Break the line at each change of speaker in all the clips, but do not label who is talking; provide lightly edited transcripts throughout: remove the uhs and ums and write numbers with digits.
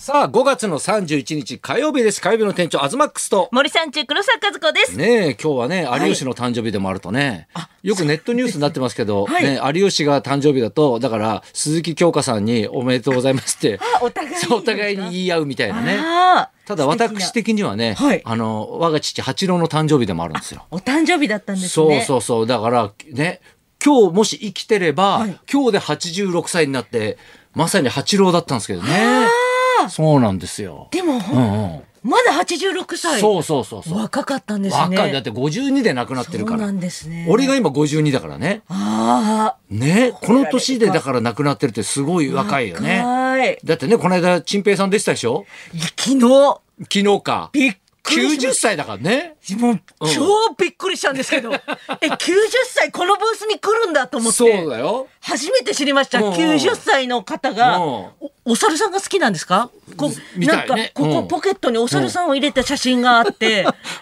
さあ5月の31日火曜日です。火曜日の店長アズマックスと
森さん中黒沢和子です
ねえ、今日はね有吉の誕生日でもあるとね、よくネットニュースになってますけど、ね、有吉が誕生日だとだから鈴木京香さんにおめでとうございますって
お互いに
そうお互いに言い合うみたいなね。ただ私的にはね、我が父八郎の誕生日でもあるんですよ。
お誕生日だったんですね。
そうだからね、今日もし生きてれば、今日で86歳になってまさに八郎だったんですけどね。そうなんですよ。
でも、まだ86歳。
そう
若かったんですね。
若い。だって52で亡くなってるから。
そうなんですね。
俺が今52だからね。ね、この年でだから亡くなってるってすごい若いよね。だってね、この間チンペイさんでしたでしょ。
昨日
か。
びっくり
90歳だからね。
もう超びっくりしたんですけど、90歳このブースに来るんだと思って。
そうだよ。
初めて知りました。90歳の方がお猿さんが好きなんですか？なんかここポケットにお猿さんを入れた写真があって、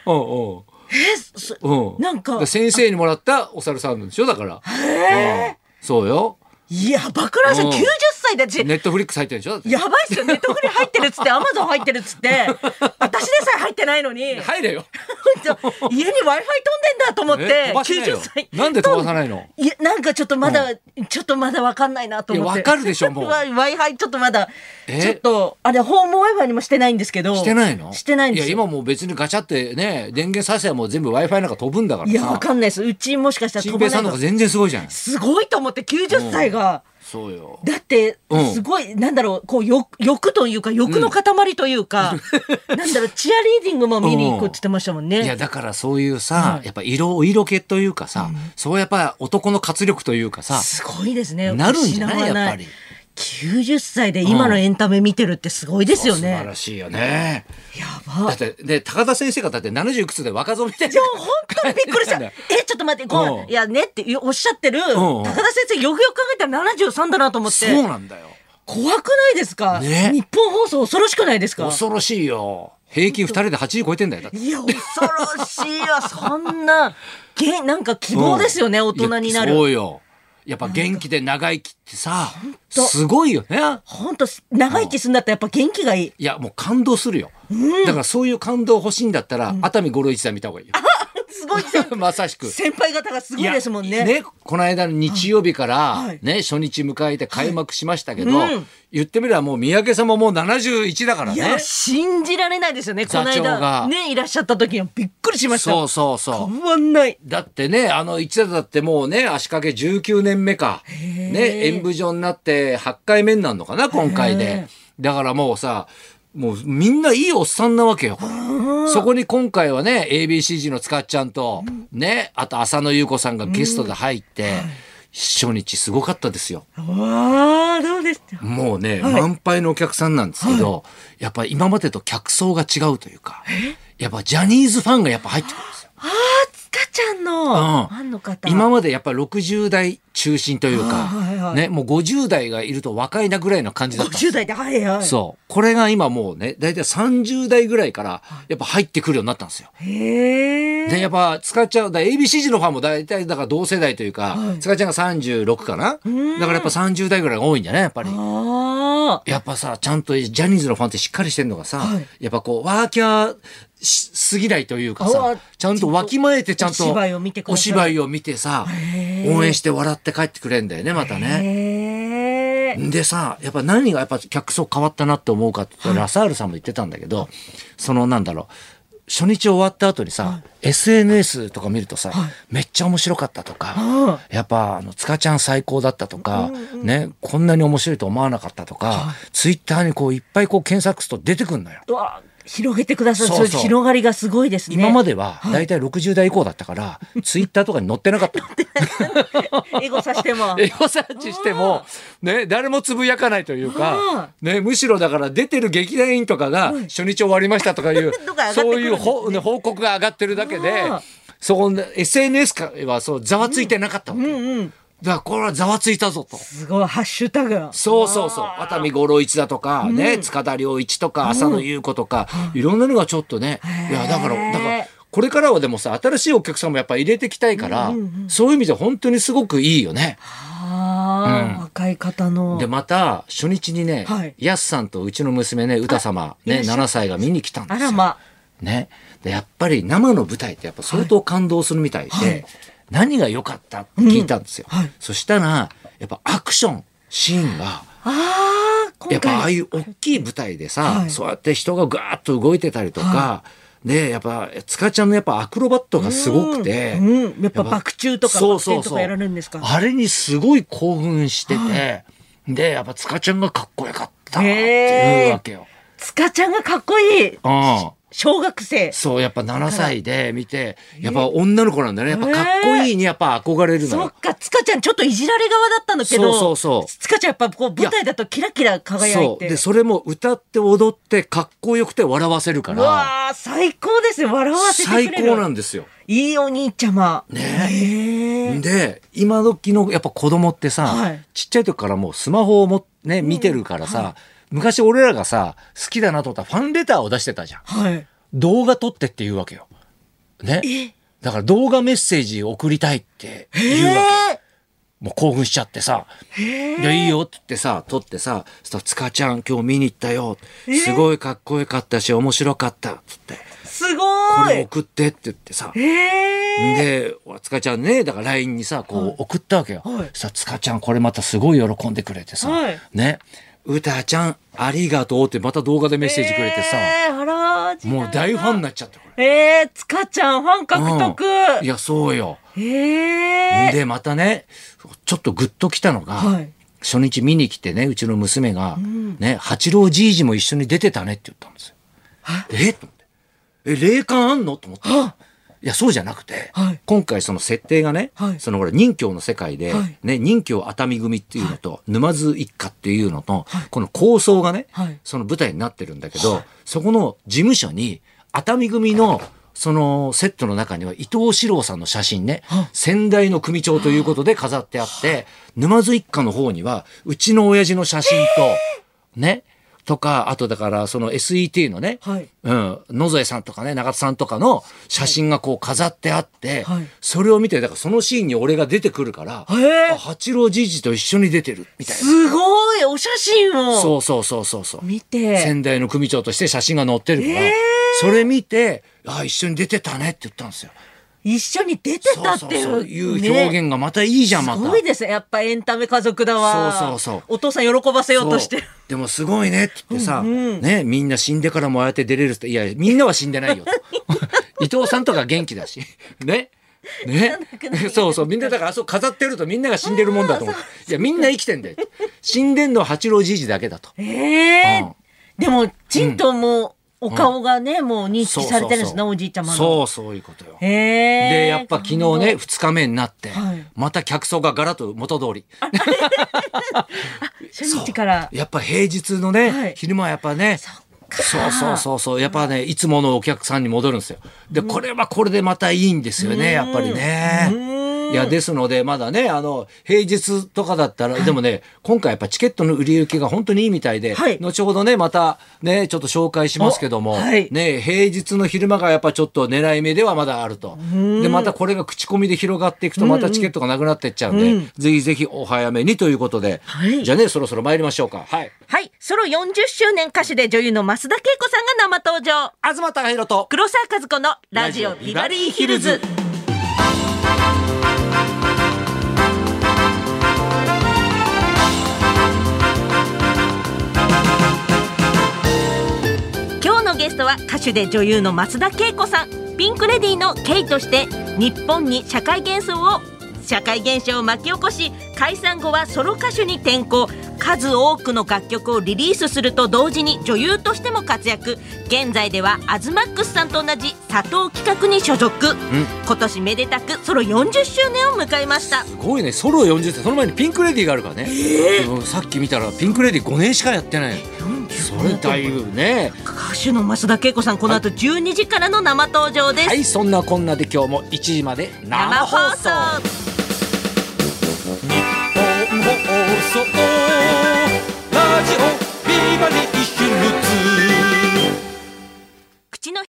なんか
先生にもらったお猿さんなんでしょ。だから。そうよ。
いやバカラさん90歳だし、
ネットフリックス入ってるでしょ。
やばいっすよ。ネットフリ入ってるっつってアマゾン入ってるっつって私でさえ入ってないのに
入れよ。
家に Wi-Fi 飛んでんだと思って90歳
なんで飛ばさないの。
いやなんかちょっとまだ分かんないなと思って。
分かるでしょもう。
Wi-Fi ちょっとまだちょっとあれホーム Wi-Fi にもしてないんですけど。
してないの？
してないんですよ。
いや今もう別にガチャってね電源させばもう全部 Wi-Fi なんか飛ぶんだからさ。
いや分かんないです。うちもしかしたら飛ばないの。
新平さんとか全然すごいじゃん。
すごいと思って90歳が。
そうよ。
だってすごいなんだろうこう欲というか欲の塊というか、なんだろうチアリーディングも見に行くって言ってましたもんね。
いやだからそういうさ、やっぱお色気というかさ、そうやっぱ男の活力というかさ、
すごいですね。
なるんじゃないやっぱり。
90歳で今のエンタメ見てるってすごいですよね。
素晴らしいよね。
やば。
だってね高田先生がだって70いくつで若造みたいな。
本当にびっくりした。ちょっと待っていやねっておっしゃってる高田先生よくよく考えたら73だなと思って。
そうなんだよ。
怖くないですか？日本放送恐ろしくないですか？
恐ろしいよ。平均2人で80超えてんだよ。
いや恐ろしいわ。そんななんか希望ですよね、大人になる。
そうよ。やっぱ元気で長生きってさすごいよね。
本当長生きするんだったらやっぱ元気がいい。
いやもう感動するよ。だからそういう感動欲しいんだったら熱海五郎一さん見た方がいいよ。
すごい
まさしく
先輩方がすごいですもんね。
この間の日曜日からね初日迎えて開幕しましたけど、言ってみればもう三宅さんももう71だからね。
いや信じられないですよね。この間ねいらっしゃった時にびっくりしました。
そう
変わんない。
だってね一座だってもうね足掛け19年目かね演舞場になって8回目になるのかな今回で。だからもうさもうみんないいおっさんなわけよ。そこに今回はね ABCG の塚っちゃんとねあと浅野ゆう子さんがゲストで入って、初日すごかったですよ。
わあどうでした？
もうね、満杯のお客さんなんですけど、やっぱり今までと客層が違うというかやっぱジャニーズファンがやっぱ入ってくるんですよ。
塚ちゃんのファンの方、
今までやっぱり60代中心というか、ね、もう50代がいると若いなぐらいの感じだったんですよ。
50代で
そうこれが今もうねだいたい30代ぐらいからやっぱ入ってくるようになったんですよ。でやっぱ塚っちゃんABCG のファンもだいたいだから同世代というか、塚ちゃんが36かな。だからやっぱ30代ぐらいが多いんじゃないやっぱり。やっぱさちゃんとジャニーズのファンってしっかりしてるのがさ、やっぱこうワーキャーすぎないというかさちゃんとわきまえてちゃんとお芝居を見てさ応援して笑って帰ってくれんだよねまたね。でさやっぱ何がやっぱ客層変わったなって思うかって言ったら、ラサールさんも言ってたんだけどそのなんだろう初日終わった後にさ、SNS とか見るとさ、めっちゃ面白かったとか、やっぱ塚ちゃん最高だったとか、ねこんなに面白いと思わなかったとか、ツイッターにこういっぱいこう検索すると出てくるのよ。
広げてくださる。そう広がりがすごいですね。
今まではだいたい60代以降だったから、ツイッターとかに載ってなかった
エゴサしても
エゴサーチしてもね誰もつぶやかないというか、ねむしろだから出てる劇団員とかが初日終わりましたとかいうそういう報告が上がってるだけで、そこ SNS はそうざわついてなかったわけ。だからこれはざわついたぞと。
すごいハッシュタグ。
そう熱海五郎一だとかね、塚田良一とか浅野ゆう子とか、いろんなのがちょっとね、いやだからこれからはでもさ新しいお客さんもやっぱ入れていきたいから、そういう意味で本当にすごくいいよね。
若い方の。
でまた初日にね、やすさんとうちの娘ね、歌様ね、7歳が見に来たんですよ。ね、でやっぱり生の舞台ってやっぱ相当感動するみたいで、何が良かったって聞いたんですよ。そしたらやっぱアクションシーンが。やっぱああいう大きい舞台でさ、そうやって人がガーッと動いてたりとか、でやっぱ塚ちゃんのやっぱアクロバットがすごくて、
やっぱバク宙とかバク転とかやられるんですか。
あれにすごい興奮してて、でやっぱ塚ちゃんがかっこよかったっていうわけよ。
塚ちゃんがかっこいい。小学生。
そうやっぱ7歳で見て、やっぱ女の子なんだね。やっぱかっこいいにやっぱ憧れるのよ。
そっか、塚ちゃんちょっといじられ側だったんだけど、塚ちゃんやっぱこう舞台だとキラキラ輝いて、
でそれも歌って踊ってかっこよくて笑わせるから。
うわー最高ですよ。笑わせてくれる。
最高なんですよ。
いいお兄ちゃま。
ね。で今時のやっぱ子供ってさ、ちっちゃい時からもうスマホをね見てるからさ。昔俺らがさ好きだなと思ったらファンレターを出してたじゃん、動画撮ってって言うわけよ、ね、だから動画メッセージ送りたいって言うわけ、もう興奮しちゃってさ、いやいいよって言ってさ撮ってさ、塚ちゃん今日見に行ったよ、すごいかっこよかったし面白かったっつって、
すごい
これ送ってって言ってさ、で塚ちゃんね、だから LINE にさこう送ったわけよ、さ塚ちゃんこれまたすごい喜んでくれてさ、ね、うたちゃんありがとうってまた動画でメッセージくれてさ、もう大ファンになっちゃった。
塚ちゃんファン獲得、
いやそうよ。でまたねちょっとグッときたのが、初日見に来てね、うちの娘が、ね、八郎じいじも一緒に出てたねって言ったんですよ。と思って、霊感あんのと思って、いやそうじゃなくて、今回その設定がね、そのほら任侠の世界で、ね、任侠熱海組っていうのと、沼津一家っていうのと、この構想がね、その舞台になってるんだけど、そこの事務所に熱海組のそのセットの中には伊藤四郎さんの写真ね、先代の組長ということで飾ってあって、沼津一家の方にはうちの親父の写真とねとか、あとだからその SET のね、野添さんとかね中田さんとかの写真がこう飾ってあって、それを見て、だからそのシーンに俺が出てくるから、八郎じいじと一緒に出てるみたいな。
すごいお写真を
そう
見て、
先代の組長として写真が載ってるから、それ見て一緒に出てたねって言ったんですよ。
一緒に出てたって
いう表現がまたいいじゃん、また。
すごいですね。やっぱエンタメ家族だわ。お父さん喜ばせようとしてる。
でもすごいねって言ってさ、ね、みんな死んでからもああやって出れるって、いや、みんなは死んでないよと。伊藤さんとか元気だし。ね。みんなだからそう飾ってるとみんなが死んでるもんだと思って。いや、みんな生きてんだよ。死んでんのは八郎じいじだけだと。
でも、ちんともう、お顔がね、もう認識されてるんですね、おじいちゃまの。
そういうことよ。でやっぱ昨日ね2日目になって、また客層がガラッと元通り。
初日から
やっぱ平日のね、昼間はやっぱね、そうやっぱねいつものお客さんに戻るんですよ。でこれはこれでまたいいんですよね、やっぱりね。いやですのでまだね平日とかだったら、でもね今回やっぱチケットの売り行きが本当にいいみたいで、後ほどねまたねちょっと紹介しますけども、ね平日の昼間がやっぱちょっと狙い目ではまだあると。でまたこれが口コミで広がっていくとまたチケットがなくなっていっちゃうんで、ぜひぜひお早めにということで、じゃあねそろそろ参りましょうか。
ソロ40周年歌手で女優の増田恵子さんが生登場。
東貴博と
黒沢和子のラジオビバリーヒルズ。今日のゲストは歌手で女優の増田恵子さん。ピンクレディーのケイとして日本に社会現象を巻き起こし、解散後はソロ歌手に転向。数多くの楽曲をリリースすると同時に女優としても活躍。現在ではアズマックスさんと同じ佐藤企画に所属。今年めでたくソロ40周年を迎えました。
すごいね、ソロ40年。その前にピンクレディーがあるからね、でもさっき見たらピンクレディー5年しかやってない。それだいぶね。
歌手の増田恵子さん、この後12時からの生登場です。
そんなこんなで今日も1時まで生放送。ラジオビバリーヒルズ。